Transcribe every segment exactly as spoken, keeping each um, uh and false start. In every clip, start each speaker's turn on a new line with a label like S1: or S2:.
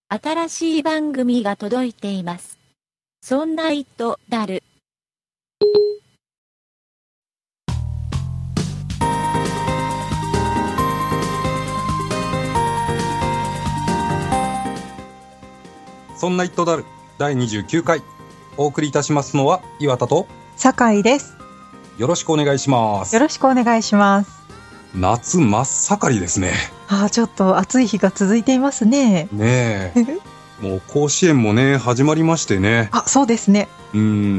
S1: 新しい番組が届いています。そんな糸だる。
S2: そんな糸だるだいにじゅうきゅうかい、お送りいたしますのは岩田と
S3: 酒井です。
S2: よろしくお願いします。
S3: よろしくお願いします。
S2: 夏真っ盛りですね。
S3: ああ、ちょっと暑い日が続いていますね。
S2: ねえもう甲子園もね始まりましてね。
S3: あ、そうですね。
S2: うん、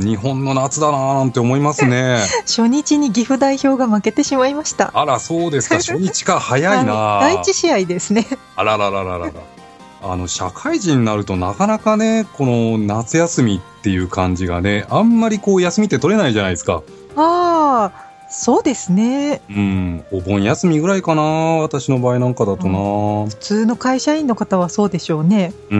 S2: 日本の夏だなーなんて思いますね
S3: 初日に岐阜代表が負けてしまいました。
S2: あら、そうですか。初日か。早いな、
S3: はい、だいいち試合ですね。
S2: あららららららあの社会人になるとなかなかね、この夏休みっていう感じがね、あんまりこう休みって取れないじゃないですか。
S3: ああ、そうですね。
S2: うん、お盆休みぐらいかな、私の場合なんかだとな、うん、
S3: 普通の会社員の方はそうでしょうね。
S2: うん、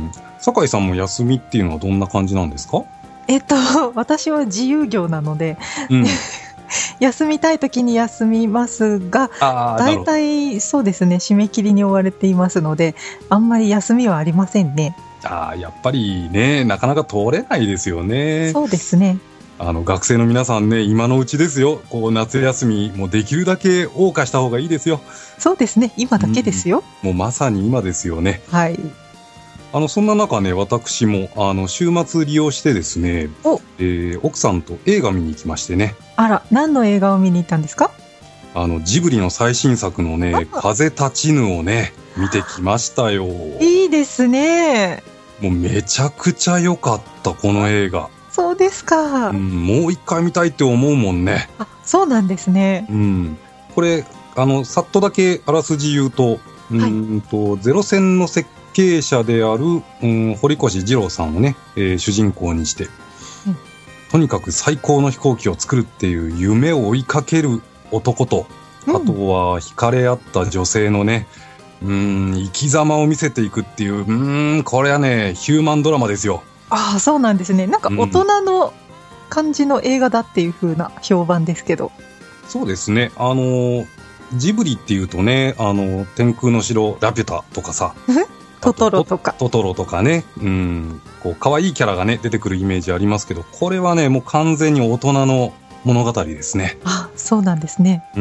S2: 酒井さんも休みっていうのはどんな感じなんですか？
S3: えっと私は自由業なので、うん休みたい時に休みますが、だいたいそうですね、締め切りに追われていますので、あんまり休みはありませんね。
S2: ああ、やっぱりね、なかなか通れないですよね。
S3: そうですね。
S2: あの学生の皆さんね、今のうちですよ。こう夏休みもできるだけ謳歌した方がいいですよ。
S3: そうですね、今だけですよ、
S2: うん、もうまさに今ですよね。
S3: はい。
S2: あのそんな中ね、私もあの週末利用してですね、えー、奥さんと映画見に行きましてね。
S3: あら、何の映画を見に行ったんですか？
S2: あのジブリの最新作のね、風立ちぬをね見てきましたよ。
S3: いいですね。
S2: もうめちゃくちゃ良かった、この映画。
S3: そうですか、
S2: うん、もう一回見たいって思うもんね。
S3: あ、そうなんですね。
S2: うん、これあのさっとだけあらすじ言うと、うんと、はい、ゼロ戦の設計者である、うん、堀越二郎さんをね、えー、主人公にして、うん、とにかく最高の飛行機を作るっていう夢を追いかける男と、うん、あとは惹かれ合った女性のね、うーん、生き様を見せていくっていう、うーん、これはねヒューマンドラマですよ。
S3: ああ、そうなんですね。なんか大人の感じの映画だっていう風な評判ですけど、
S2: うん、そうですね。あのジブリっていうとね、あの天空の城ラピュタとかさ
S3: トトロとか
S2: トトロとかね、うん、こう可愛いキャラがね出てくるイメージありますけど、これはねもう完全に大人の物語ですね。
S3: あ、そうなんですね。
S2: うん、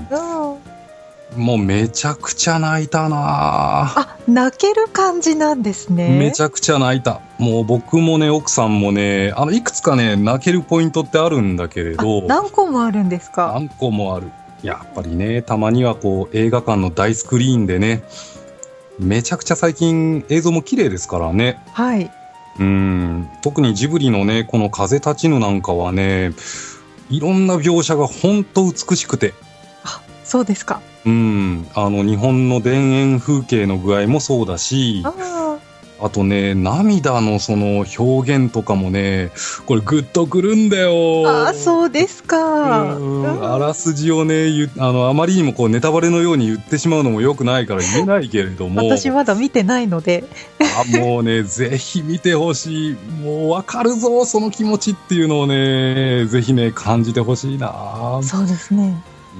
S2: もうめちゃくちゃ泣いたな
S3: あ。泣ける感じなんですね。
S2: めちゃくちゃ泣いた。もう僕もね奥さんもね、あのいくつかね泣けるポイントってあるんだけれど。
S3: 何個もあるんですか？
S2: 何個もある。やっぱりね、たまにはこう映画館の大スクリーンでね、めちゃくちゃ最近映像も綺麗ですからね。
S3: はい。
S2: うん、特にジブリのねこの風立ちぬなんかはね、いろんな描写が本当美しくて。
S3: あ、そうですか。
S2: うん、あの日本の田園風景の具合もそうだし、ああとね涙のその表現とかもね、これグッとくるんだよ。
S3: あ、そうですか。
S2: うん、あらすじをねあのあまりにもこうネタバレのように言ってしまうのも良くないから言えないけれども
S3: 私まだ見てないので
S2: あ、もうねぜひ見てほしい。もう分かるぞその気持ちっていうのをねぜひね感じてほしいな。
S3: そうですね。
S2: うん、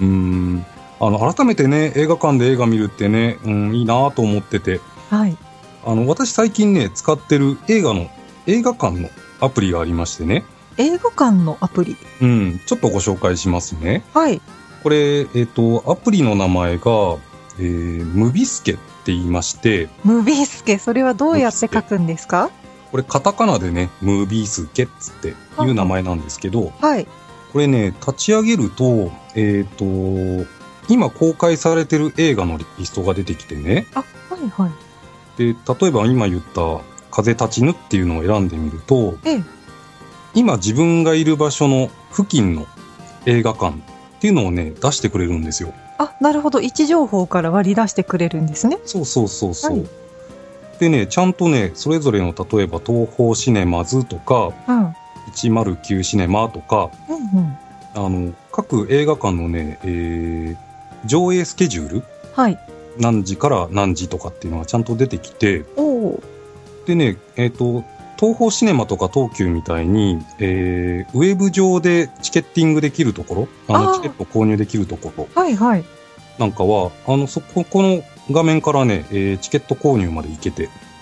S2: あの改めてね映画館で映画見るってね、うん、いいなと思ってて、
S3: はい、
S2: あの私最近ね使ってる映画の映画館のアプリがありましてね。
S3: 映画館のアプリ、
S2: うん、ちょっとご紹介しますね。
S3: はい。
S2: これ、えーと、アプリの名前が、えー、ムビスケって言いまして。
S3: ムビスケ、それはどうやって書くんですか？
S2: これカタカナでねムビスケっつっていう名前なんですけど、
S3: はい、こ
S2: れね立ち上げると、えーと今公開されてる映画のリストが出てきてね。
S3: あ、はいはい。
S2: で例えば今言った風立ちぬっていうのを選んでみると、
S3: ええ、
S2: 今自分がいる場所の付近の映画館っていうのをね出してくれるんですよ。
S3: あ、なるほど。位置情報から割り出してくれるんですね。
S2: そうそうそうそう、
S3: はい、
S2: でねちゃんとねそれぞれの例えば東宝シネマズとか、うん、いちまるきゅうシネマとか、うんうん、あの各映画館のね、えー、上映スケジュール、
S3: はい、
S2: 何時から何時とかっていうのがちゃんと出てきて、
S3: お
S2: でねえっと東宝シネマとか東急みたいに、えー、ウェブ上でチケッティングできるところ、あのチケット購入できるところ、
S3: はいはい、
S2: なんかはあのそここの画面からね、えー、チケット購入まで行けて、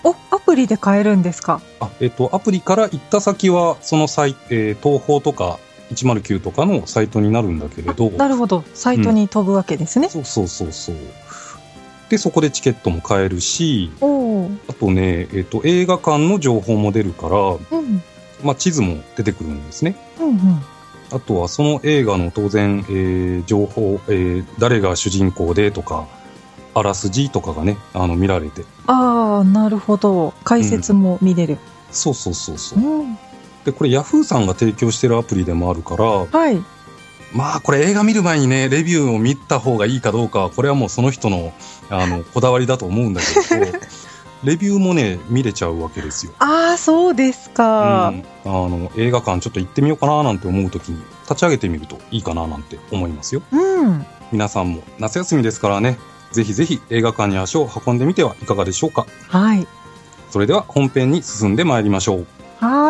S3: お、アプリで買えるんですか？
S2: あ、えっと、アプリから行った先は、そのサイト、えー、東宝とかいちまるきゅうとかのサイトになるんだけれど。
S3: なるほど。サイトに飛ぶわけですね。
S2: うん、そうそうそうそう。で、そこでチケットも買えるし、
S3: お
S2: あとね、えっと、映画館の情報も出るから、うん、まあ、地図も出てくるんですね。うんうん、あとはその映画の当然、えー、情報、えー、誰が主人公でとか、あらすじとかがね、あの見られて。
S3: ああ、なるほど。解説も見れる。うん、
S2: そうそうそうそう。うん、で、これヤフーさんが提供してるアプリでもあるから、はい。まあ、これ映画見る前にね、レビューを見た方がいいかどうかは、これはもうその人の、あの、こだわりだと思うんだけど、レビューもね、見れちゃうわけですよ。
S3: ああ、そうですか。
S2: うん。あの、映画館ちょっと行ってみようかななんて思うときに、立ち上げてみるといいかななんて思いますよ。うん。皆さんも夏休みですからね、ぜひぜひ映画館に足を運んでみてはいかがでしょうか。はい。それでは本編に進んでまいりましょう。
S3: はい。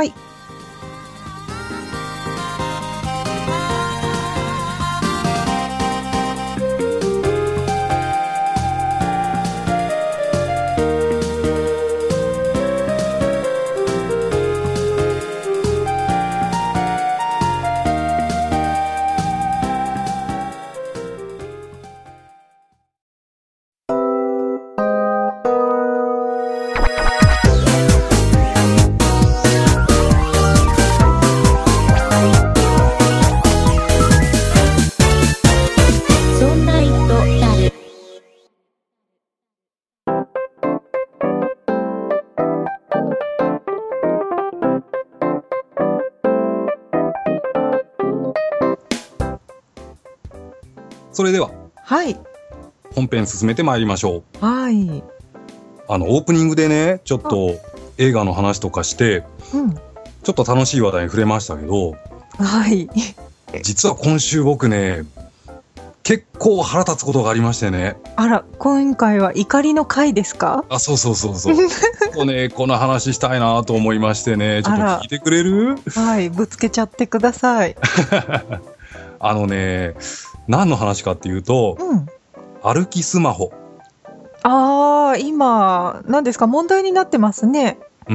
S2: それでは、
S3: はい。
S2: 本編進めてまいりましょ
S3: う。はい。
S2: あの、オープニングでね、ちょっと映画の話とかして、うん、ちょっと楽しい話題に触れましたけど、
S3: はい。
S2: 実は今週僕ね、結構腹立つことがありましてね。
S3: あら、今回は怒りの回ですか？
S2: あ、そうそうそうそう。こね、この話したいなと思いましてね、ちょっと聞いてくれる？
S3: はい、ぶつけちゃってください。
S2: あのね、何の話かっていうと、うん、歩きスマホ。
S3: ああ、今、何ですか、問題になってますね。
S2: うん、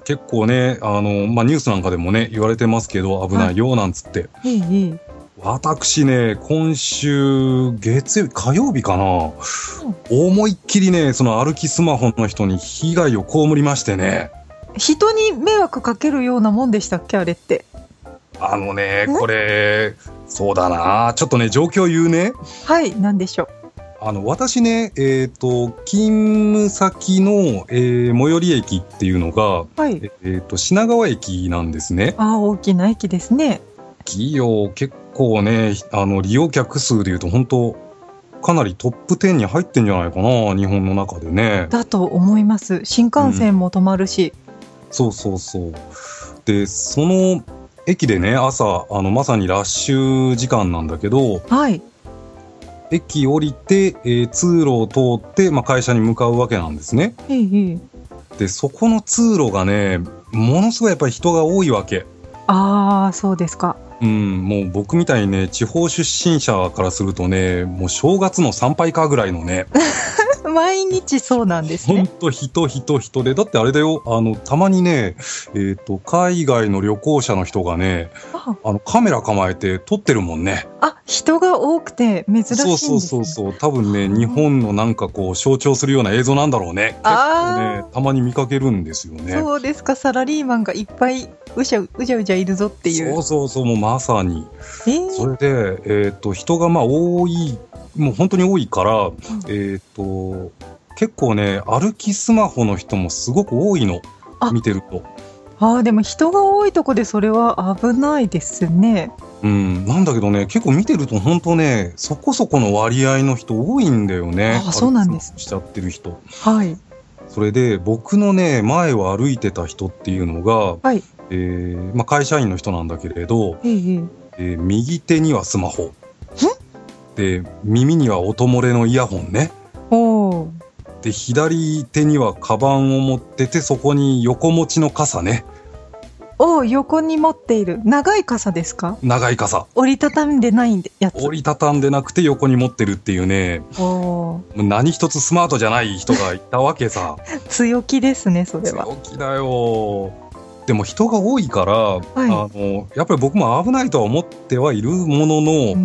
S2: 結構ね、あの、まあ、ニュースなんかでもね、言われてますけど、危ないよ、なんつって。はい、いいいい。私ね、今週、月曜日、火曜日かな、うん、思いっきりね、その歩きスマホの人に被害を被りましてね。
S3: 人に迷惑かけるようなもんでしたっけ、あれって。
S2: あのね、これ、そうだな、ちょっとね、状況言うね。
S3: はい、なんでしょう。
S2: あの、私ね、えっと、勤務先の、えー、最寄り駅っていうのが、はい、えっと、品川駅なんですね。
S3: ああ、大きな駅ですね。
S2: 企業、結構ね、あの、利用客数でいうと、本当かなりトップじゅうに入ってんじゃないかな、日本の中でね。
S3: だと思います。新幹線も止まるし。うん、
S2: そうそうそう。で、その、駅でね、朝、あの、まさにラッシュ時間なんだけど、はい。駅降りて、えー、通路を通って、まあ、会社に向かうわけなんですね。へいへい。で、そこの通路がね、ものすごいやっぱり人が多いわけ。
S3: ああ、そうですか。
S2: うん、もう僕みたいにね、地方出身者からするとね、もう正月の参拝かぐらいのね。
S3: 毎日そうなんですね。
S2: ほんと人人人で、だってあれだよ、あの、たまにね、えっと、海外の旅行者の人がね、ああの、カメラ構えて撮ってるもんね。
S3: あ、人が多くて珍しいんですね。
S2: そうそうそうそう、多分ね、日本のなんかこう、象徴するような映像なんだろうね。結構ね、たまに見かけるんですよね。
S3: そうですか、サラリーマンがいっぱいうしゃうじゃうじゃいるぞっていう。
S2: そうそうそう、もうまさに。えー、それで、えっと、人がまあ多い、もう本当に多いから、うん、えっと、結構ね、歩きスマホの人もすごく多いの。見てると。
S3: ああ、でも人が多いとこでそれは危ないですね。
S2: うん、なんだけどね、結構見てると本当ね、そこそこの割合の人多いんだよね。
S3: ああ、そうなんです。
S2: しちゃってる人。
S3: はい。
S2: それで、僕のね、前を歩いてた人っていうのが、はい。えー、まあ、会社員の人なんだけれど、えーえー、右手にはスマホ。で、耳には音漏れのイヤホンね。おー。で、左手にはカバンを持ってて、そこに横持ちの傘ね。
S3: お横に持っている。長い傘ですか？
S2: 長い傘。
S3: 折りたたんでないやつ。
S2: 折りたたんでなくて横に持ってるっていうね。お何一つスマートじゃない人がいたわけさ。
S3: 強気ですね、それは。
S2: 強気だよ。でも人が多いから、はい、あのやっぱり僕も危ないとは思ってはいるものの、うん、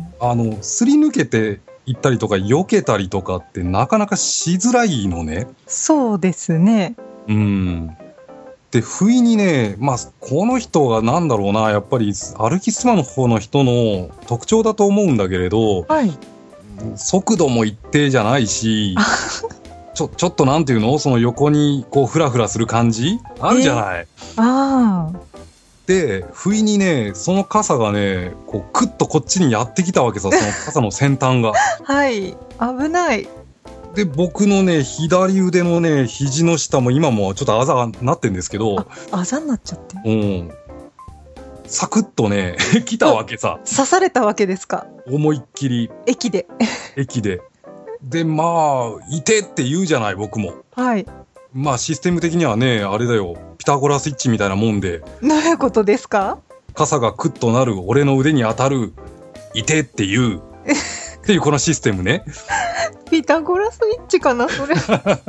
S2: あのすり抜けて行ったりとか避けたりとかってなかなかしづらいのね。
S3: そうですね。
S2: うん。で不意にね、まあこの人がなんだろうな、やっぱり歩きスマホの人の特徴だと思うんだけれど、はい、速度も一定じゃないし。ちょ、ちょっとなんていうの、その横にこうフラフラする感じあるじゃない。えー、ああ。で、不意にね、その傘がね、こうクッとこっちにやってきたわけさ、その傘の先端が。
S3: はい、危ない。
S2: で、僕のね、左腕のね、肘の下も今もちょっとあざがなってんですけど。
S3: あ、あざになっちゃって。
S2: うん。サクッとね、来たわけさ。
S3: 刺されたわけですか。
S2: 思いっきり。
S3: 駅で。
S2: 駅で。で、まあ、いてって言うじゃない、僕も。はい。まあ、システム的にはね、あれだよ、ピタゴラスイッチみたいなもんで。
S3: どういうことですか？
S2: 傘がクッとなる、俺の腕に当たる、いてって言う。っていうこのシステムね。
S3: ピタゴラスイッチかな、それ。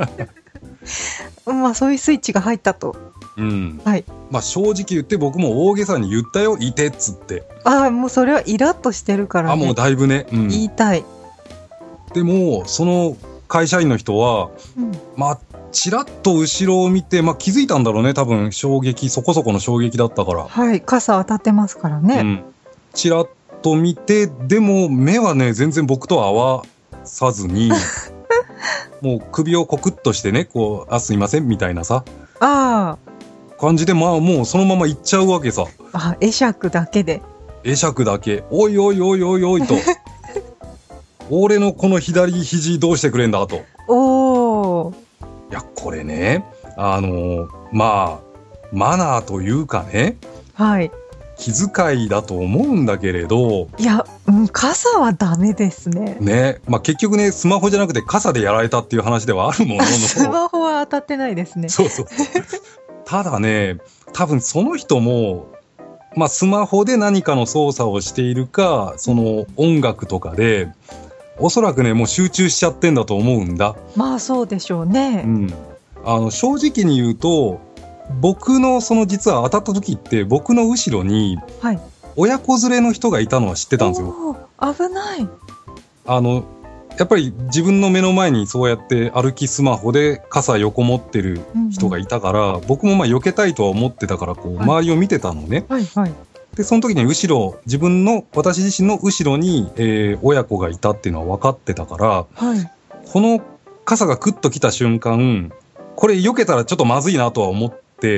S3: まあ、そういうスイッチが入ったと。
S2: うん。はい。まあ、正直言って僕も大げさに言ったよ、いてっつって。
S3: ああ、もうそれはイラッとしてるからね。
S2: あ、もうだいぶね。うん、
S3: 言いたい。
S2: でもその会社員の人は、うん、まあちらっと後ろを見て、まあ、気づいたんだろうね、多分衝撃そこそこの衝撃だったから。
S3: はい、傘当たってますからね。うん、
S2: ちらっと見て、でも目はね全然僕と合わさずにもう首をコクッとしてね、こうあすいませんみたいなさあ感じで、まあもうそのまま行っちゃうわけさ。
S3: あ、会釈だけで。
S2: 会釈だけ。おいおいおいおいおいと。俺のこの左肘どうしてくれんだと。おー。いや、これね、あの、まあ、マナーというかね。はい。気遣いだと思うんだけれど。
S3: いや、うん、傘はダメですね。
S2: ね。まあ結局ね、スマホじゃなくて傘でやられたっていう話ではあるものの。
S3: スマホは当たってないですね。
S2: そうそう。ただね、多分その人も、まあスマホで何かの操作をしているか、その音楽とかで、おそらくね、もう集中しちゃってんだと思うんだ。
S3: まあそうでしょうね。うん。
S2: あの、正直に言うと、僕のその実は当たった時って僕の後ろに、はい。親子連れの人がいたのは知ってたんですよ。
S3: 危ない。
S2: あの、やっぱり自分の目の前にそうやって歩きスマホで傘横持ってる人がいたから、うんうん、僕もまあ避けたいとは思ってたから、こう、周りを見てたのね。はい、はい、はい。で、その時に後ろ、自分の、私自身の後ろに、えー、親子がいたっていうのは分かってたから、はい、この傘がクッと来た瞬間、これ避けたらちょっとまずいなとは思って、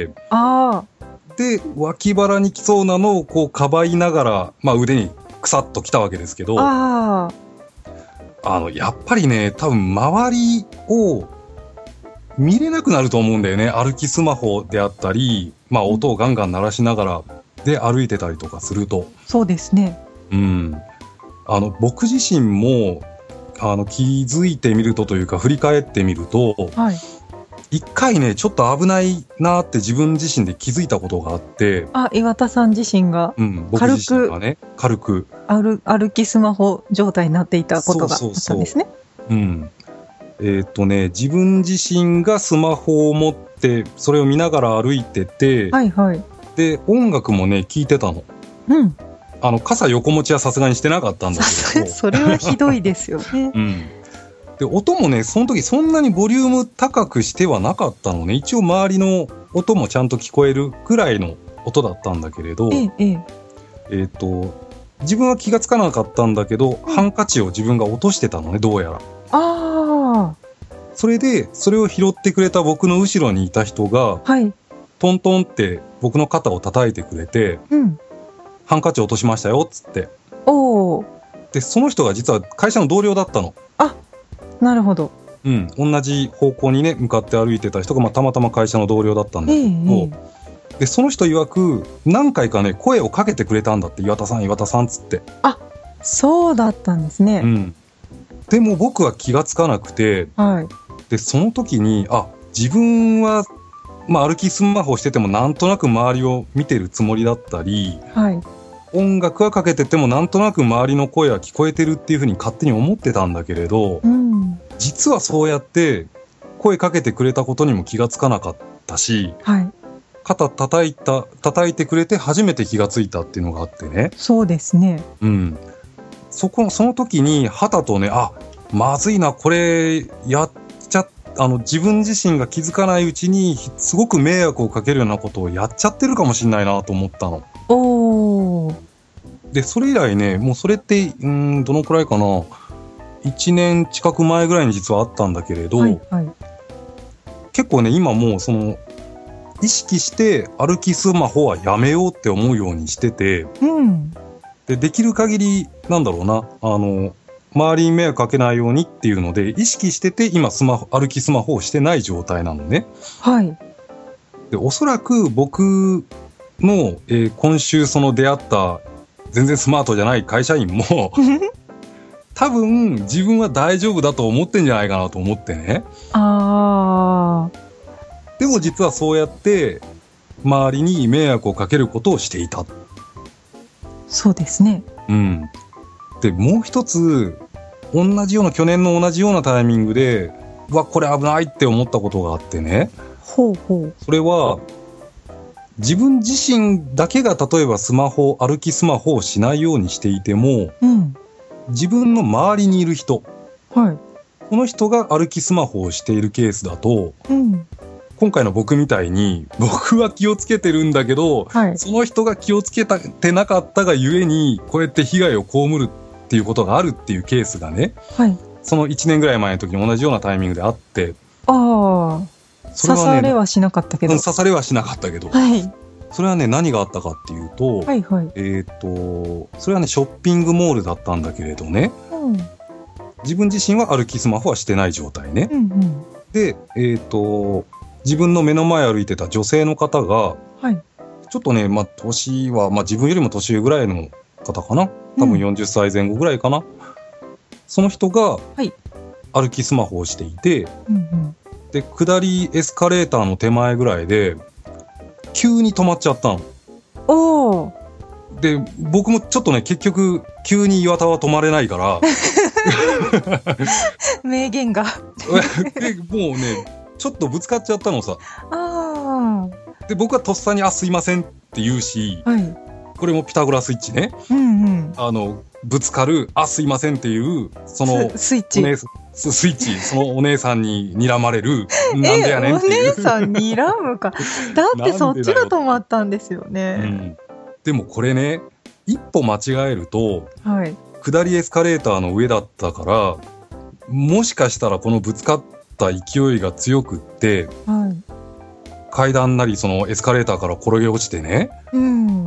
S2: あで、脇腹に来そうなのをこうかばいながら、まあ腕にクサッと来たわけですけど、ああの、やっぱりね、多分周りを見れなくなると思うんだよね。歩きスマホであったり、まあ音をガンガン鳴らしながら、で歩いてたりとかすると。
S3: そうですね。
S2: うん。あの、僕自身も、あの、気づいてみるとというか、振り返ってみると、はい。一回ね、ちょっと危ないなって自分自身で気づいたことがあって。
S3: あ、岩田さん自身が。
S2: うん、僕自身がね、軽く。
S3: 歩、歩きスマホ状態になっていたことがあったんですね。そうそうそう。
S2: うん。えーっとね、自分自身がスマホを持って、それを見ながら歩いてて、はいはい。で、音楽もね、聴いてたの。うん。あの、傘横持ちはさすがにしてなかったんだけど。
S3: それはひどいですよね。
S2: うん。で、音もね、その時そんなにボリューム高くしてはなかったのね。一応周りの音もちゃんと聞こえるくらいの音だったんだけれど、ええええー、と、自分は気がつかなかったんだけど、うん、ハンカチを自分が落としてたのね、どうやら。ああ。それで、それを拾ってくれた僕の後ろにいた人が、はい。トントンって僕の肩を叩いてくれて、うん、ハンカチ落としましたよっつって。おー。で、その人が実は会社の同僚だったの。
S3: あ、なるほど。
S2: うん、同じ方向にね向かって歩いてた人が、まあ、たまたま会社の同僚だったんだけど、えー、でその人曰く何回かね声をかけてくれたんだって。岩田さん岩田さんっつって。
S3: あ、そうだったんですね。うん。
S2: でも僕は気がつかなくて、はい。でその時にあ自分はまあ、歩きスマホをしててもなんとなく周りを見てるつもりだったり、
S3: はい、
S2: 音楽はかけててもなんとなく周りの声は聞こえてるっていうふうに勝手に思ってたんだけれど、
S3: うん、
S2: 実はそうやって声かけてくれたことにも気がつかなかったし、
S3: はい、
S2: 肩叩いた叩いてくれて初めて気がついたっていうのがあってね。
S3: そうですね。
S2: うん。そこその時にはたとね、あ、まずいな、これやっちゃあの自分自身が気づかないうちにすごく迷惑をかけるようなことをやっちゃってるかもしれないなと思ったの。
S3: おー。
S2: でそれ以来ね、もうそれってうーんどのくらいかな、いちねん近く前ぐらいに実はあったんだけれど、
S3: はいはい、
S2: 結構ね今もうその意識して歩きスマホはやめようって思うようにしてて、
S3: うん、
S2: でできる限りなんだろうな、あの周りに迷惑かけないようにっていうので意識してて今スマホ歩きスマホをしてない状態なのね。
S3: はい。
S2: でおそらく僕の、えー、今週その出会った全然スマートじゃない会社員も多分自分は大丈夫だと思ってんじゃないかなと思ってね。
S3: あー。
S2: でも実はそうやって周りに迷惑をかけることをしていた。
S3: そうですね。
S2: うん。でもう一つ同じような去年の同じようなタイミングでうわこれ危ないって思ったことがあってね。
S3: ほうほう。
S2: それは自分自身だけが例えばスマホ歩きスマホをしないようにしていても、
S3: うん、
S2: 自分の周りにいる人、
S3: はい、
S2: この人が歩きスマホをしているケースだと、
S3: うん、
S2: 今回の僕みたいに僕は気をつけてるんだけど、はい、その人が気をつけてなかったがゆえにこうやって被害を被るっていうことがあるっていうケースがね、はい、そのいちねんぐらい前の時に同じようなタイミングであって、
S3: ああ、それはね、刺されはしなかったけど、
S2: うん、刺されはしなかったけど、
S3: はい、
S2: それはね何があったかっていうと、
S3: はいはい、
S2: えっとそれはねショッピングモールだったんだけれどね、うん、自分自身は歩きスマホはしてない状態ね、うんうん、でえっと自分の目の前歩いてた女性の方が、はい、ちょっとね、まあ、年は、まあ、自分よりも年上ぐらいの方かな、多分よんじゅっさいぜん後ぐらいかな、うん、その人が歩きスマホをしていて、うんうん、で下りエスカレーターの手前ぐらいで急に止まっちゃったの。
S3: おー。
S2: で僕もちょっとね結局急に岩田は止まれないから
S3: 名言が
S2: でもうねちょっとぶつかっちゃったのさ。
S3: あ
S2: で僕はとっさにあすいませんって言うし、はい、これもピタゴラスイッチね、うんうん、あのぶつかるあすいませんっていうその
S3: スイッチ
S2: ス, スイッチそのお姉さんに睨まれるなんでやねんっていう
S3: お姉さんに睨むかだってそっちが止まったんですよね、
S2: うん、でもこれね一歩間違えると、はい、下りエスカレーターの上だったからもしかしたらこのぶつかった勢いが強くって、はい、階段なりそのエスカレーターから転げ落ちてね、うん、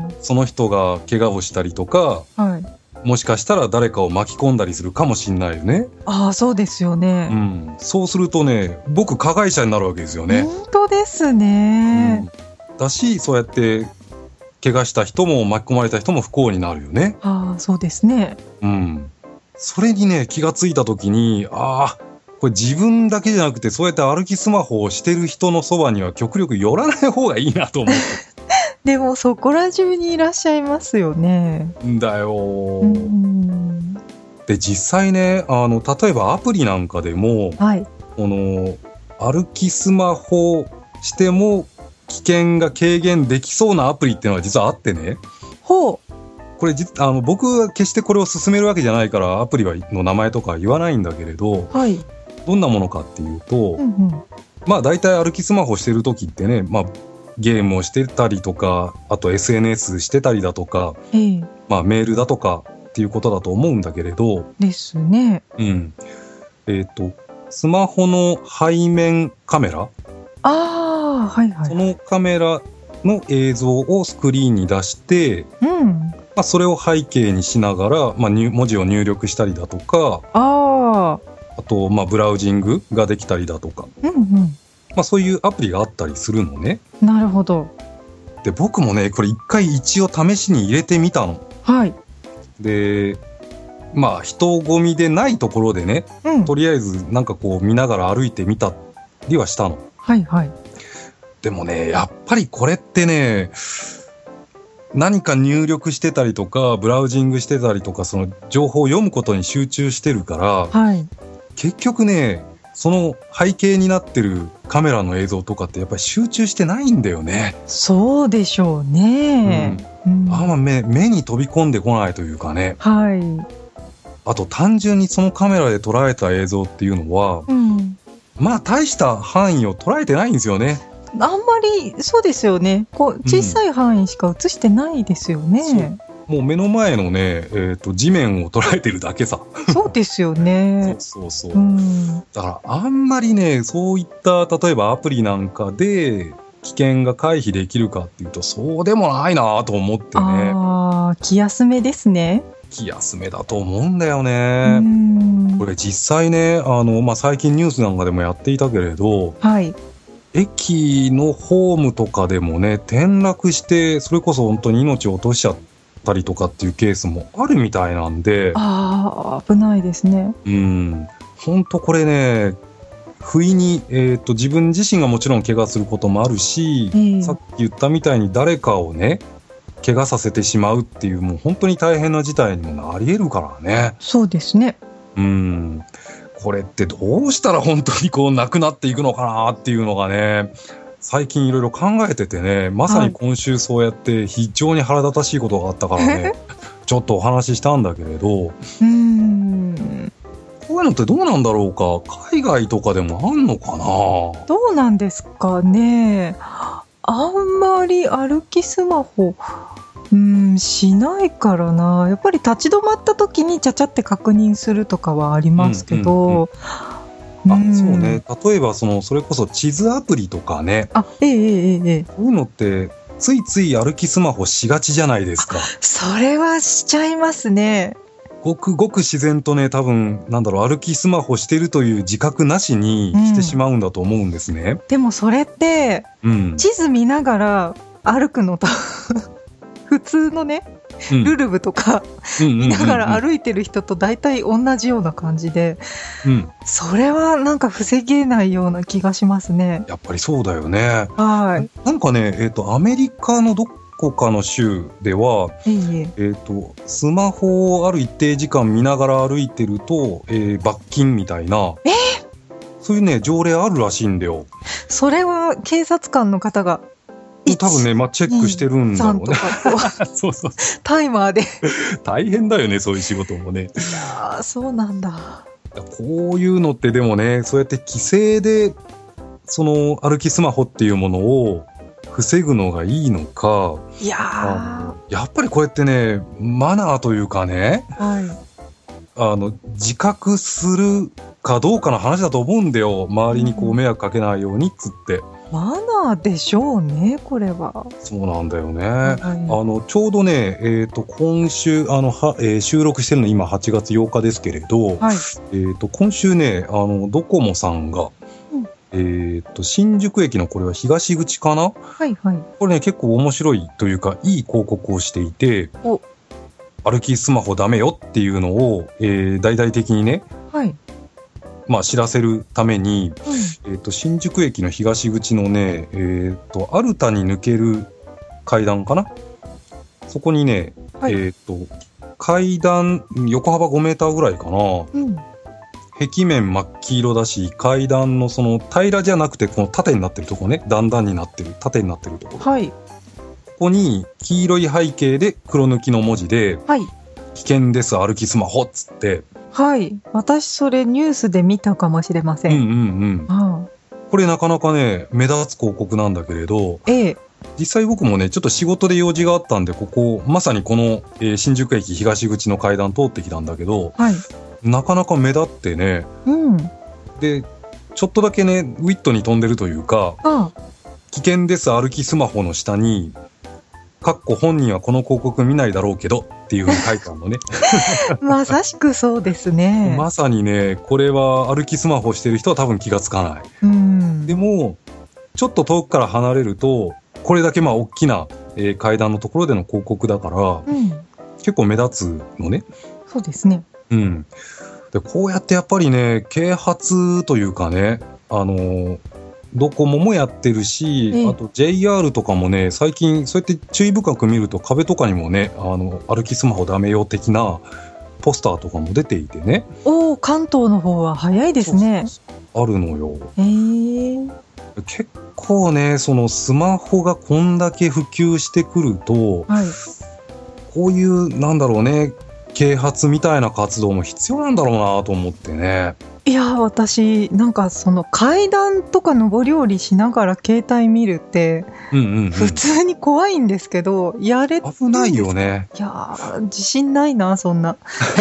S2: その人が怪我をしたりとか、はい、もしかしたら誰かを巻き込んだりするかもしんないよね。
S3: ああそうですよね、
S2: うん、そうするとね僕加害者になるわけですよね。
S3: 本当ですね、
S2: うん、だしそうやって怪我した人も巻き込まれた人も不幸になるよね。
S3: ああそうですね、
S2: うん、それにね気がついた時にああこれ自分だけじゃなくてそうやって歩きスマホをしてる人のそばには極力寄らない方がいいなと思って
S3: でもそこら中にいらっしゃいますよね。
S2: だよ。うんで実際ねあの例えばアプリなんかでも、はい、この歩きスマホしても危険が軽減できそうなアプリっていうのが実はあってね。
S3: ほう。
S2: これ実あの僕は決してこれを勧めるわけじゃないからアプリの名前とか言わないんだけれど、はい、どんなものかっていうと、うんうん、まあ大体歩きスマホしてる時ってね、まあ、ゲームをしてたりとかあと エスエヌエス してたりだとか、えーまあ、メールだとかっていうことだと思うんだけれど
S3: ですね、
S2: うんえー、とスマホの背面カメラ
S3: あ、はいはい、
S2: そのカメラの映像をスクリーンに出して、うんまあ、それを背景にしながら、まあ、文字を入力したりだとかああと、まあ、ブラウジングができたりだとか、うんうんまあ、そういうアプリがあったりするのね。
S3: なるほど。
S2: で僕もねこれ一回一応試しに入れてみたの。はいでまあ人混みでないところでね、うん、とりあえずなんかこう見ながら歩いてみたりはしたの。
S3: はいはい
S2: でもね、やっぱりこれってね、何か入力してたりとか、ブラウジングしてたりとか、その情報を読むことに集中してるから、はい、結局ね、その背景になってるカメラの映像とかってやっぱり集中してないんだよね。
S3: そうでしょうね。
S2: うん。うん、あんま目、目に飛び込んでこないというかね。はい。あと単純にそのカメラで捉えた映像っていうのは、うん、まあ大した範囲を捉えてないんですよね。
S3: あんまりそうですよね。こう小さい範囲しか映してないですよね。
S2: うん、もう目の前のね、えーと、地面を捉えてるだけさ。
S3: そうですよね。
S2: そうそうそう。うん、だからあんまりね、そういった例えばアプリなんかで危険が回避できるかっていうとそうでもないなと思ってね。
S3: ああ、気休めですね。
S2: 気休めだと思うんだよね。うん、これ実際ね、あの、まあ、最近ニュースなんかでもやっていたけれど、はい、駅のホームとかでもね、転落してそれこそ本当に命を落としちゃったりとかっていうケースもあるみたいなんで、
S3: ああ、危ないですね。
S2: うん、本当これね、不意に、えーと、自分自身がもちろん怪我することもあるし、えー、さっき言ったみたいに誰かをね怪我させてしまうっていうもう本当に大変な事態にもなり得るからね。
S3: そうですね。
S2: うん、これってどうしたら本当にこうなくなっていくのかなっていうのがね、最近いろいろ考えててね、まさに今週そうやって非常に腹立たしいことがあったからね、はい、ちょっとお話ししたんだけれど、うーん、こういうのってどうなんだろうか。海外とかでもあんのかな。
S3: どうなんですかね。あんまり歩きスマホうんしないからな。やっぱり立ち止まった時にちゃちゃって確認するとかはありますけど、
S2: うんうんうん、あ、そうね。例えばそのそれこそ地図アプリとかね、
S3: あ、ええええええ、
S2: そういうのってついつい歩きスマホしがちじゃないですか。
S3: それはしちゃいますね。
S2: ごくごく自然とね、多分なんだろう、歩きスマホしてるという自覚なしにしてしまうんだと思うんですね。うん、
S3: でもそれって、うん、地図見ながら歩くのと普通のね、うん、ルルブとか見ながら歩いてる人と大体同じような感じで、うん、それはなんか防げないような気がしますね。
S2: やっぱりそうだよね。はい。なんかね、えっとアメリカのどこかの州では、えーえー、とスマホをある一定時間見ながら歩いてると、えー、罰金みたいな、えー、そういうね条例あるらしいんだよ。
S3: それは警察官の方が
S2: 多分ね、まあ、チェックしてるんだろうね。そうそう、
S3: タイマーで
S2: 大変だよね、そういう仕事もね。い
S3: やー、そうなんだ。
S2: こういうのってでもね、そうやって規制でその歩きスマホっていうものを防ぐのがいいのか、いやー、やっぱりこうやってね、マナーというかね、はい、あの自覚するかどうかの話だと思うんだよ。周りにこう迷惑かけないようにっつって、うん、
S3: マナーでしょうね、これは。
S2: そうなんだよね。はい、あのちょうどね、えー、と今週あのは、えー、収録してるの今はちがつようかですけれど、はい、えー、と今週ね、あのドコモさんが、うん、えー、と新宿駅のこれは東口かな、はいはい、これね結構面白いというかいい広告をしていて、お歩きスマホダメよっていうのを、えー、大々的にね、はい、まあ、知らせるために、うん、えー、と新宿駅の東口のね、えー、とアルタに抜ける階段かな、そこにね、はい、えー、と階段横幅ごメーターぐらいかな、うん、壁面真っ黄色だし、階段のその平らじゃなくてこの縦になってるとこね、段々になってる縦になってるところ、はい、ここに黄色い背景で黒抜きの文字で、はい、危険です歩きスマホっつって、
S3: はい、私それニュースで見たかもしれません。うんうんうん、
S2: ああ、これなかなかね目立つ広告なんだけれど、ええ、実際僕もねちょっと仕事で用事があったんで、ここまさにこの、えー、新宿駅東口の階段通ってきたんだけど、はい、なかなか目立ってね、うん、でちょっとだけねウィットに飛んでるというか、ああ、危険です歩きスマホの下にかっこ本人はこの広告見ないだろうけどっていう風に書いてあるのね
S3: まさしくそうですね。
S2: まさにね、これは歩きスマホしてる人は多分気がつかない。うん、でもちょっと遠くから離れるとこれだけまあ大きな、えー、階段のところでの広告だから、うん、結構目立つのね。
S3: そうですね。
S2: うん。でこうやってやっぱりね啓発というかね、あのードコモもやってるし、ええ、あと ジェイアール とかもね、最近そうやって注意深く見ると壁とかにもね、あの歩きスマホダメよ的なポスターとかも出ていてね。
S3: おー、関東の方は早いですね。
S2: そうそうそう、あるのよ。
S3: へー。
S2: 結構ね、そのスマホがこんだけ普及してくると、はい、こういうなんだろうね、啓発みたいな活動も必要なんだろうなと思ってね。
S3: いや、私なんかその階段とか上り下りしながら携帯見るって、うんうんうん、普通に怖いんですけど、やれて
S2: 危ないよね。
S3: いや自信ないな、そんな。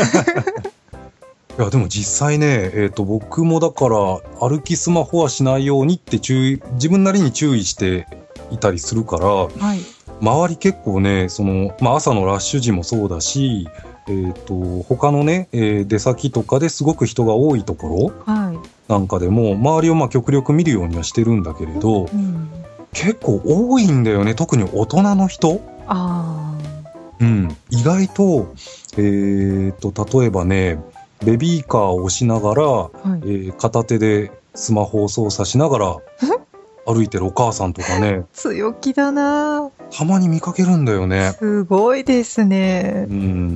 S2: いやでも実際ね、えーと、僕もだから歩きスマホはしないようにって注意、自分なりに注意していたりするから、はい、周り結構ね、その、まあ、朝のラッシュ時もそうだし、えーと、他のね、えー、出先とかですごく人が多いところなんかでも、周りをまあ極力見るようにはしてるんだけれど、うん、結構多いんだよね、特に大人の人。あ、うん、意外と、えーと、例えばね、ベビーカーを押しながら、はい、えー、片手でスマホを操作しながら歩いてるお母さんとかね。
S3: 強気だな。
S2: たまに見かけるんだよね。
S3: すごいですね。
S2: うん。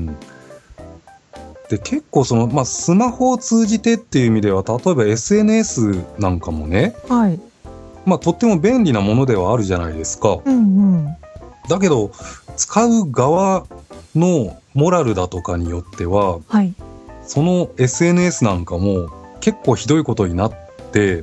S2: で結構その、まあ、スマホを通じてっていう意味では、例えば エスエヌエス なんかもね、はい、まあ、とっても便利なものではあるじゃないですか。うんうん、だけど使う側のモラルだとかによっては、はい、その エスエヌエス なんかも結構ひどいことになって、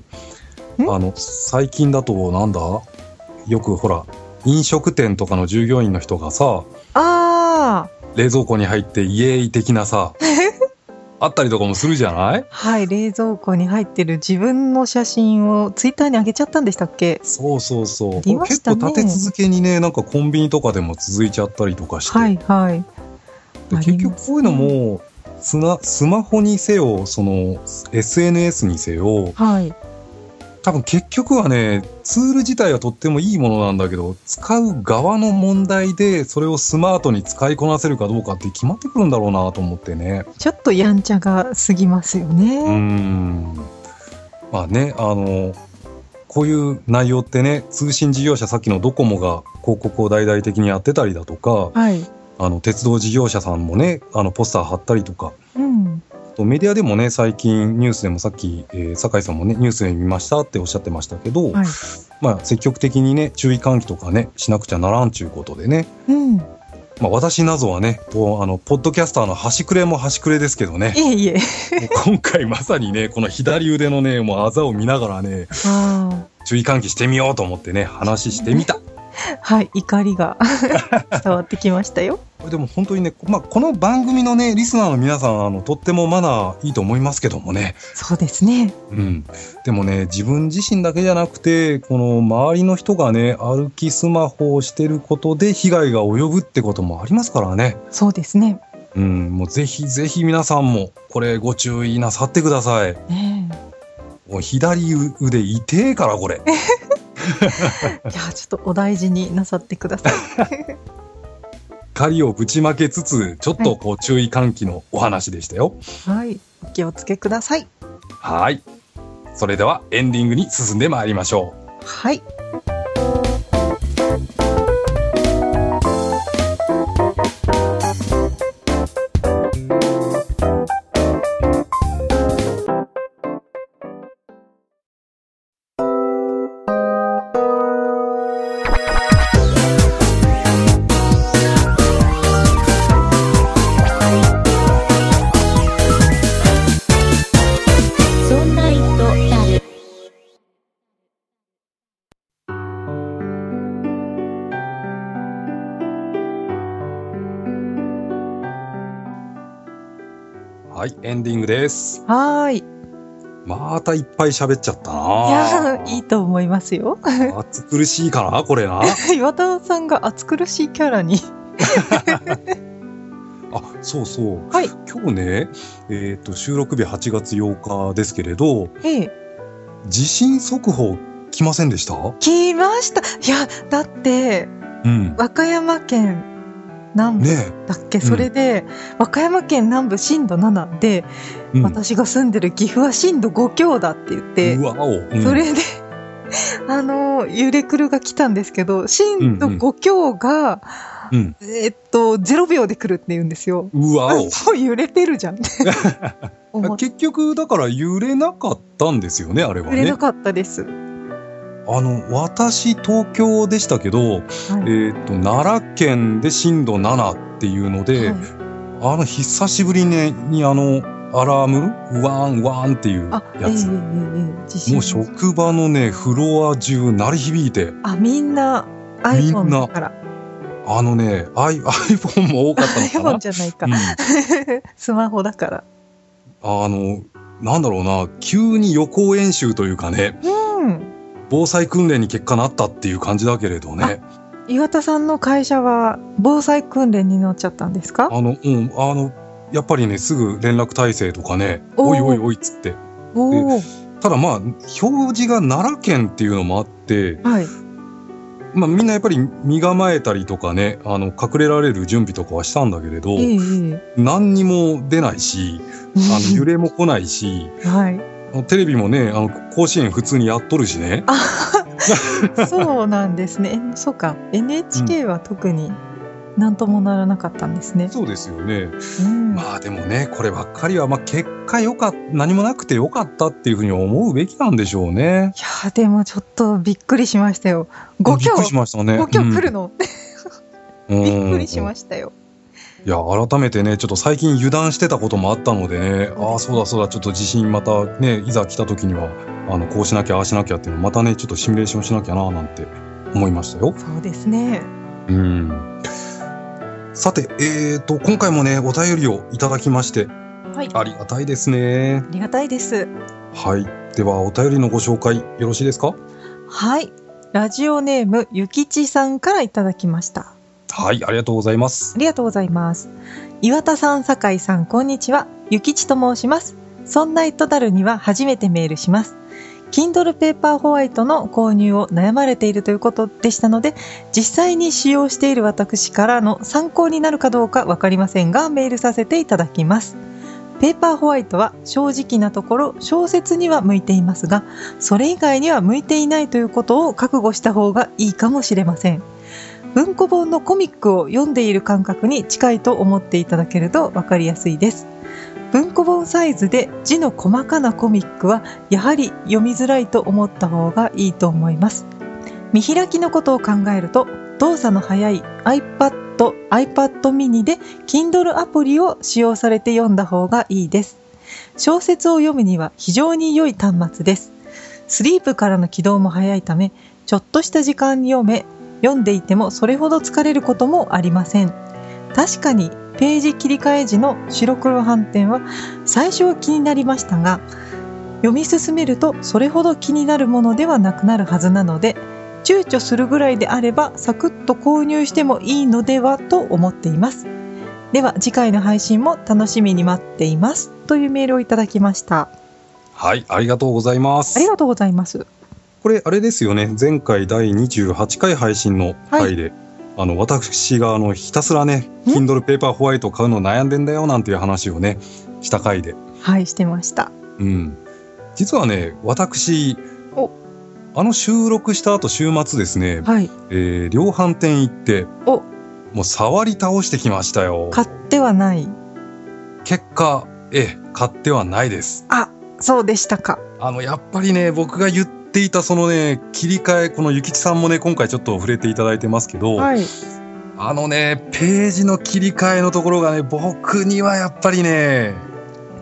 S2: あの最近だとなんだ、よくほら飲食店とかの従業員の人がさ、あ冷蔵庫に入ってイエーイ的なさあったりとかもするじゃない？
S3: はい、冷蔵庫に入ってる自分の写真をツイッターに上げちゃったんでしたっけ？
S2: そうそうそう、ね、結構立て続けにね、なんかコンビニとかでも続いちゃったりとかして、はいはい、で結局こういうのもスナスマホにせよ、その エスエヌエス にせよ、はい、多分結局はね、ツール自体はとってもいいものなんだけど、使う側の問題でそれをスマートに使いこなせるかどうかって決まってくるんだろうなと思ってね。
S3: ちょっとやんちゃが過ぎますよね。うー
S2: ん、まあね、あのこういう内容ってね、通信事業者、さっきのドコモが広告を大々的にやってたりだとか、はい、あの鉄道事業者さんもね、あのポスター貼ったりとか、うん、メディアでもね、最近ニュースでもさっき、えー、酒井さんもねニュースで見ましたっておっしゃってましたけど、はい、まあ、積極的にね注意喚起とかねしなくちゃならんちゅうことでね、うん、まあ、私などはね、あのポッドキャスターの端くれも端くれですけどね、いえいえ今回まさにねこの左腕のねもうあざを見ながらね注意喚起してみようと思ってね話してみた
S3: はい、怒りが伝わってきましたよ。
S2: でも本当にね、まあ、この番組のねリスナーの皆さん、あのとってもマナーいいと思いますけどもね。
S3: そうですね、
S2: うん、でもね、自分自身だけじゃなくて、この周りの人がね歩きスマホをしてることで被害が及ぶってこともありますからね。
S3: そうですね、
S2: うん、もうぜひぜひ皆さんもこれご注意なさってください、ね、もう左腕痛えからこれい
S3: や、ちょっとお大事になさってください
S2: 怒りをぶちまけつつ、ちょっとこう注意喚起のお話でしたよ。
S3: はい、お気をつけください。
S2: はい、それではエンディングに進んでまいりましょう。
S3: はい、
S2: はい、エンディングです。
S3: はーい。
S2: またいっぱい喋っちゃったな。
S3: いや、いいと思いますよ。
S2: 暑苦しいかなこれな。
S3: 岩田さんが暑苦しいキャラに
S2: あ、そうそう、はい、今日ね、えーと、収録日はちがつようかですけれど、ええ、地震速報来ませんでした？
S3: 来ました。いや、だって、うん、和歌山県南部だっけ、ね、それで、うん、和歌山県南部震度ななで、うん、私が住んでる岐阜は震度ご強だって言って、うわお、うん、それであの、揺れ狂が来たんですけど、震度ご強が、うんうん、えー、っと、ゼロびょうで来るって言うんですよ。
S2: うわお。
S3: そう揺れてるじゃん。
S2: 結局、だから揺れなかったんですよね、あれはね。
S3: 揺れなかったです。
S2: あの、私、東京でしたけど、はい、えー、っと、奈良県で震度ななっていうので、はい、あの、久しぶりに、にあの、アラームワーンワーンっていうやつ、えーえー、もう職場のねフロア中鳴り響いて、
S3: あ、みんな iPhone だから、
S2: あのね iPhone も多かったのかな。
S3: iPhone じゃないか、うん、スマホだから、
S2: あのなんだろうな、急に予行演習というかね、うん、防災訓練に結果なったっていう感じだけれどね。
S3: 岩田さんの会社は防災訓練になっちゃったんですか？
S2: あの、うん、あのやっぱりね、すぐ連絡体制とかね、おいおいおいっつって。ただまあ、表示が奈良県っていうのもあって、はい、まあみんなやっぱり身構えたりとかね、あの、隠れられる準備とかはしたんだけれど、えー、何にも出ないし、あの揺れも来ないし、はい、テレビもね、あの、甲子園普通にやっとるしね。
S3: そうなんですね。そうか、エヌエイチケー は特に、うん、なんともならなかったんですね。
S2: そうですよね。うん、まあでもね、こればっかりは、まあ結果よかった、何もなくてよかったっていうふうに思うべきなんでしょうね。
S3: いや、でもちょっとびっくりしましたよ。ご強。
S2: びっくりしましたね。
S3: ご強来るの、うん、びっくりしましたよ。
S2: いや、改めてね、ちょっと最近油断してたこともあったのでね、ああ、そうだそうだ、ちょっと地震またね、いざ来た時には、あの、こうしなきゃ、ああしなきゃっていうのをまたね、ちょっとシミュレーションしなきゃな、なんて思いましたよ。
S3: そうですね。
S2: うん。さて、えーと、今回もね、お便りをいただきまして、はい、ありがたいですね。
S3: ありがたいです。
S2: はい。では、お便りのご紹介、よろしいですか？
S3: はい。ラジオネーム、ゆきちさんからいただきました。
S2: はい、ありがとうございます。
S3: ありがとうございます。岩田さん、酒井さん、こんにちは。ゆきちと申します。そんなイットダルには初めてメールします。Kindle Paperwhite の購入を悩まれているということでしたので、実際に使用している私からの参考になるかどうかわかりませんが、メールさせていただきます。ペーパーホワイトは正直なところ小説には向いていますが、それ以外には向いていないということを覚悟した方がいいかもしれません。文庫本のコミックを読んでいる感覚に近いと思っていただけるとわかりやすいです。文庫本サイズで字の細かなコミックはやはり読みづらいと思った方がいいと思います。見開きのことを考えると、動作の速い iPad、iPad mini で Kindle アプリを使用されて読んだ方がいいです。小説を読むには非常に良い端末です。スリープからの起動も早いため、ちょっとした時間に読め、読んでいてもそれほど疲れることもありません。確かにページ切り替え時の白黒斑点は最初は気になりましたが、読み進めるとそれほど気になるものではなくなるはずなので、躊躇するぐらいであればサクッと購入してもいいのではと思っています。では次回の配信も楽しみに待っています、というメールをいただきました。
S2: はい、ありがとうございます。
S3: ありがとうございます。
S2: これあれですよね、前回だいにじゅうはちかい配信の回で、はい、あの私があのひたすらね Kindle Paperwhite を買うの悩んでんだよなんていう話をねした回で、
S3: はい、してました。
S2: うん、実はね、私おあの収録した後週末ですね、はい、えー、量販店行っておもう触り倒してきましたよ。
S3: 買ってはない。
S2: 結果、え買ってはないです。
S3: あ、そうでしたか。
S2: あのやっぱりね、僕が言っていたそのね切り替え、このゆきちさんもね今回ちょっと触れていただいてますけど、はい、あのねページの切り替えのところがね、僕にはやっぱりね、うん、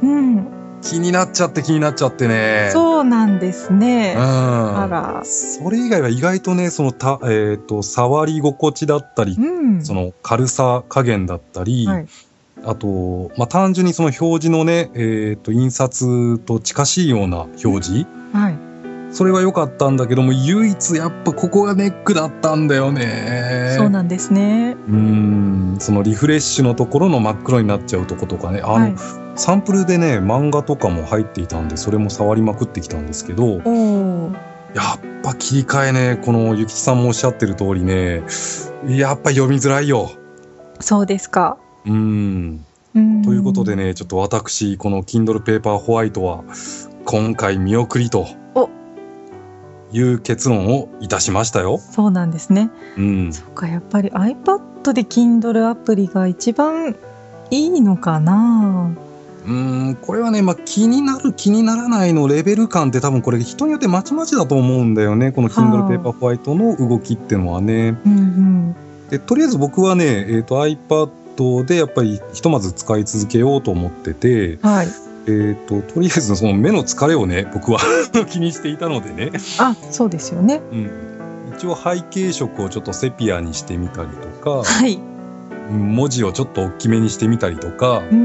S2: 気になっちゃって気になっちゃってね。
S3: そうなんですね。うん、
S2: あら、それ以外は意外とね、そのた、えーと、触り心地だったり、うん、その軽さ加減だったり、はい、あと、まあ、単純にその表示のね、えーと、印刷と近しいような表示、はい、それは良かったんだけども、唯一やっぱここがネックだったんだよね。
S3: そうなんですね。
S2: うーん、そのリフレッシュのところの真っ黒になっちゃうとことかね、あの、はい、サンプルでね漫画とかも入っていたんで、それも触りまくってきたんですけど、おやっぱ切り替えね、このゆきちさんもおっしゃってる通りね、やっぱ読みづらいよ。
S3: そうですか。
S2: うーん、うーんということでね、ちょっと私この Kindle Paperwhite は今回見送りという結論をいたしましたよ。
S3: そうなんですね。
S2: うん。
S3: そっか、やっぱり iPad で Kindle アプリが一番いいのかな。
S2: うーん、これはね、まあ、気になる気にならないのレベル感って多分これ人によってまちまちだと思うんだよね。この Kindle Paperwhite の動きっていうのはね。
S3: うんうん、
S2: でとりあえず僕はね、えーと、iPad でやっぱりひとまず使い続けようと思ってて、
S3: はい、
S2: えーと、とりあえずその目の疲れをね、僕は気にしていたのでね。
S3: あ、そうですよね。
S2: うん、一応背景色をちょっとセピアにしてみたりとか、
S3: はい、
S2: 文字をちょっと大きめにしてみたりとか、
S3: うん、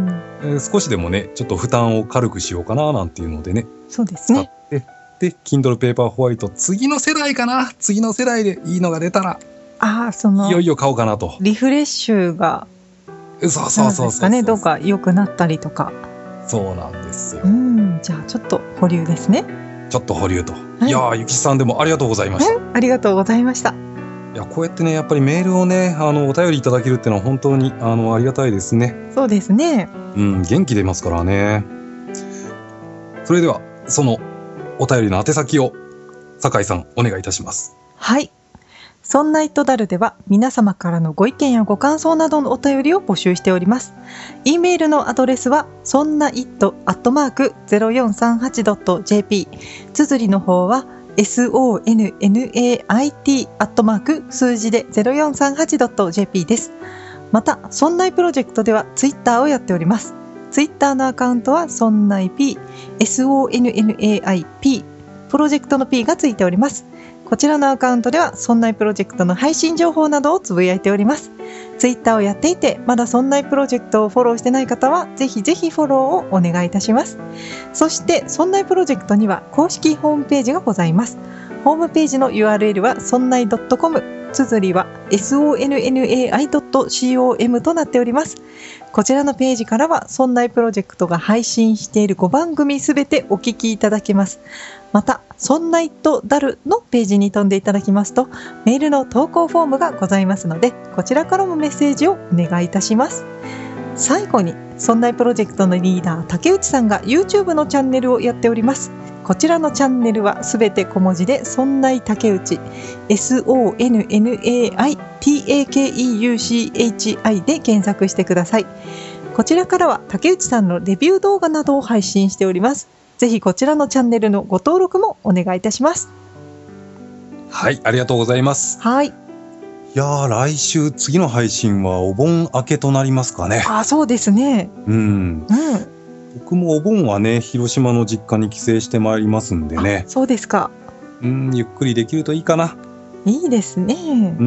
S2: えー、少しでもねちょっと負担を軽くしようかななんていうのでね、
S3: そうですね、
S2: 使ってで Kindle Paperwhite 次の世代かな、次の世代でいいのが出たら、
S3: あ、その
S2: いよいよ買おうかなと。
S3: リフレッシュが
S2: そうそうそうそうそう、
S3: ね、どうか良くなったりとか。
S2: そうなんですよ。
S3: うん、じゃあちょっと保留ですね。
S2: ちょっと保留と、
S3: はい、
S2: いやーゆきさんでもありがとうございました。
S3: ありがとうございました。
S2: いや、こうやってねやっぱりメールをねあのお便りいただけるっていうのは本当にあのありがたいですね。
S3: そうですね、
S2: うん、元気出ますからね。それではそのお便りの宛先を酒井さんお願いいたします。
S3: はい、そんなイットダルでは皆様からのご意見やご感想などのお便りを募集しております。 E メールのアドレスはそんな イット アットマーク ゼロよんさんはち ドット ジェーピー、 綴りの方は ソンナイト アットマーク数字で ゼロよんさんはち ドット ジェーピー です。またそんないプロジェクトではツイッターをやっております。ツイッターのアカウントはそんない P、 ソンナイピー、 プロジェクトの P がついております。こちらのアカウントではそんないプロジェクトの配信情報などをつぶやいております。ツイッターをやっていてまだそんないプロジェクトをフォローしてない方はぜひぜひフォローをお願いいたします。そしてそんないプロジェクトには公式ホームページがございます。ホームページの ユーアールエル はそんない ドットコム、 綴りは ソンナイ ドットコム となっております。こちらのページからはそんないプロジェクトが配信しているごばんぐみすべてお聞きいただけます。またそんなイットダルのページに飛んでいただきますとメールの投稿フォームがございますのでこちらからもメッセージをお願いいたします。最後にそんないプロジェクトのリーダー竹内さんが YouTube のチャンネルをやっております。こちらのチャンネルはすべて小文字でそんない竹内 ソンナイタケイユーシーエイチアイ で検索してください。こちらからは竹内さんのレビュー動画などを配信しております。ぜひこちらのチャンネルのご登録もお願いいたします。
S2: はい、ありがとうございます。
S3: はい。い
S2: やー、来週次の配信はお盆明けとなりますかね。
S3: あ、そうですね。
S2: うん。うん。僕もお盆はね、広島の実家に帰省してまいりますんでね。
S3: そうですか。
S2: うん、ゆっくりできるといいかな。
S3: いいですね。
S2: うん。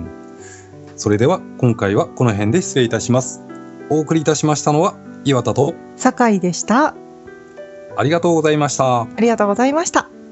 S2: それでは今回はこの辺で失礼いたします。お送りいたしましたのは岩田と
S3: 酒井でした。
S2: ありがとうございました。
S3: ありがとうございました。